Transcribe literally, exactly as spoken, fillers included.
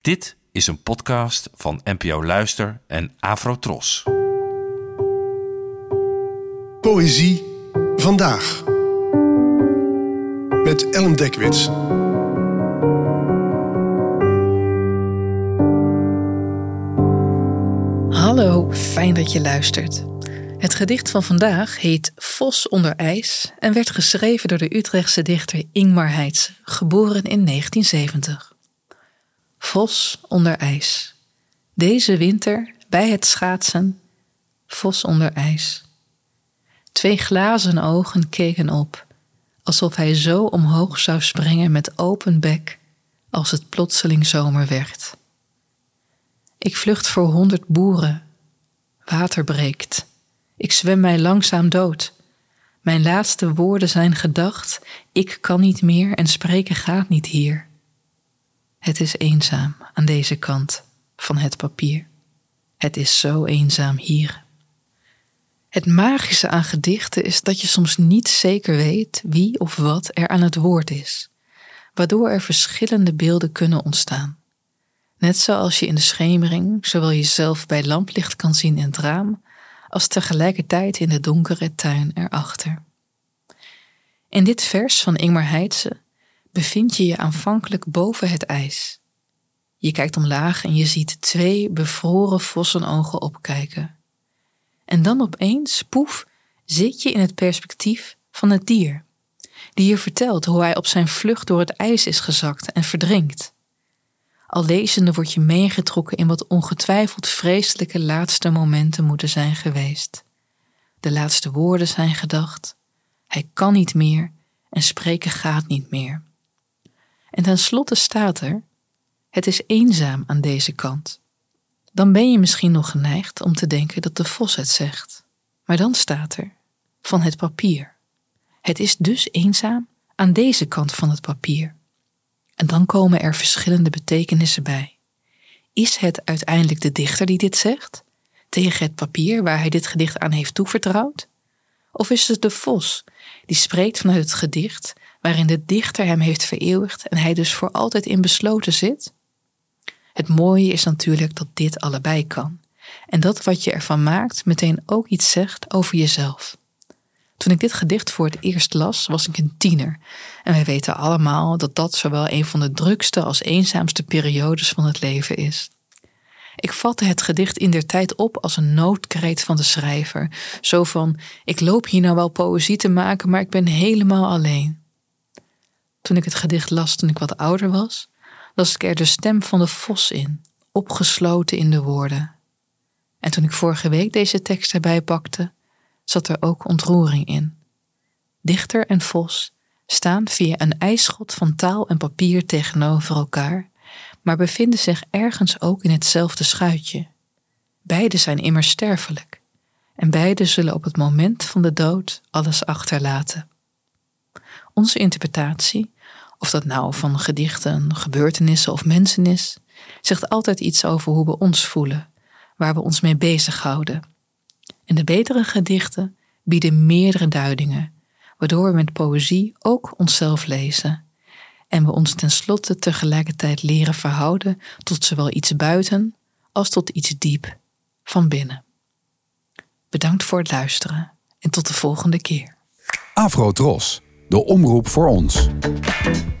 Dit is een podcast van N P O Luister en Afrotros. Poëzie vandaag. Met Ellen Dekwits. Hallo, fijn dat je luistert. Het gedicht van vandaag heet Vos onder ijs en werd geschreven door de Utrechtse dichter Ingmar Heitse, geboren in negentien zeventig. Vos onder ijs. Deze winter, bij het schaatsen, vos onder ijs. Twee glazen ogen keken op, alsof hij zo omhoog zou springen met open bek, als het plotseling zomer werd. Ik vlucht voor honderd boeren. Water breekt. Ik zwem mij langzaam dood. Mijn laatste woorden zijn gedacht. Ik kan niet meer en spreken gaat niet hier. Het is eenzaam aan deze kant van het papier. Het is zo eenzaam hier. Het magische aan gedichten is dat je soms niet zeker weet wie of wat er aan het woord is, waardoor er verschillende beelden kunnen ontstaan. Net zoals je in de schemering zowel jezelf bij lamplicht kan zien in het raam, als tegelijkertijd in de donkere tuin erachter. In dit vers van Ingmar Heitse bevind je je aanvankelijk boven het ijs. Je kijkt omlaag en je ziet twee bevroren vossenogen opkijken. En dan opeens, poef, zit je in het perspectief van het dier, die je vertelt hoe hij op zijn vlucht door het ijs is gezakt en verdrinkt. Al lezende word je meegetrokken in wat ongetwijfeld vreselijke laatste momenten moeten zijn geweest. De laatste woorden zijn gedacht. Hij kan niet meer en spreken gaat niet meer. En tenslotte staat er: het is eenzaam aan deze kant. Dan ben je misschien nog geneigd om te denken dat de vos het zegt. Maar dan staat er: van het papier. Het is dus eenzaam aan deze kant van het papier. En dan komen er verschillende betekenissen bij. Is het uiteindelijk de dichter die dit zegt, tegen het papier waar hij dit gedicht aan heeft toevertrouwd? Of is het de vos, die spreekt vanuit het gedicht, waarin de dichter hem heeft vereeuwigd en hij dus voor altijd in besloten zit? Het mooie is natuurlijk dat dit allebei kan. En dat wat je ervan maakt meteen ook iets zegt over jezelf. Toen ik dit gedicht voor het eerst las, was ik een tiener. En wij weten allemaal dat dat zowel een van de drukste als eenzaamste periodes van het leven is. Ik vatte het gedicht indertijd op als een noodkreet van de schrijver. Zo van: ik loop hier nou wel poëzie te maken, maar ik ben helemaal alleen. Toen ik het gedicht las toen ik wat ouder was, las ik er de stem van de vos in, opgesloten in de woorden. En toen ik vorige week deze tekst erbij pakte, zat er ook ontroering in. Dichter en vos staan via een ijsschot van taal en papier tegenover elkaar, maar bevinden zich ergens ook in hetzelfde schuitje. Beide zijn immers sterfelijk, en beide zullen op het moment van de dood alles achterlaten. Onze interpretatie, of dat nou van gedichten, gebeurtenissen of mensen is, zegt altijd iets over hoe we ons voelen, waar we ons mee bezighouden. En de betere gedichten bieden meerdere duidingen, waardoor we met poëzie ook onszelf lezen en we ons tenslotte tegelijkertijd leren verhouden tot zowel iets buiten als tot iets diep van binnen. Bedankt voor het luisteren en tot de volgende keer. Afrotros, de omroep voor ons.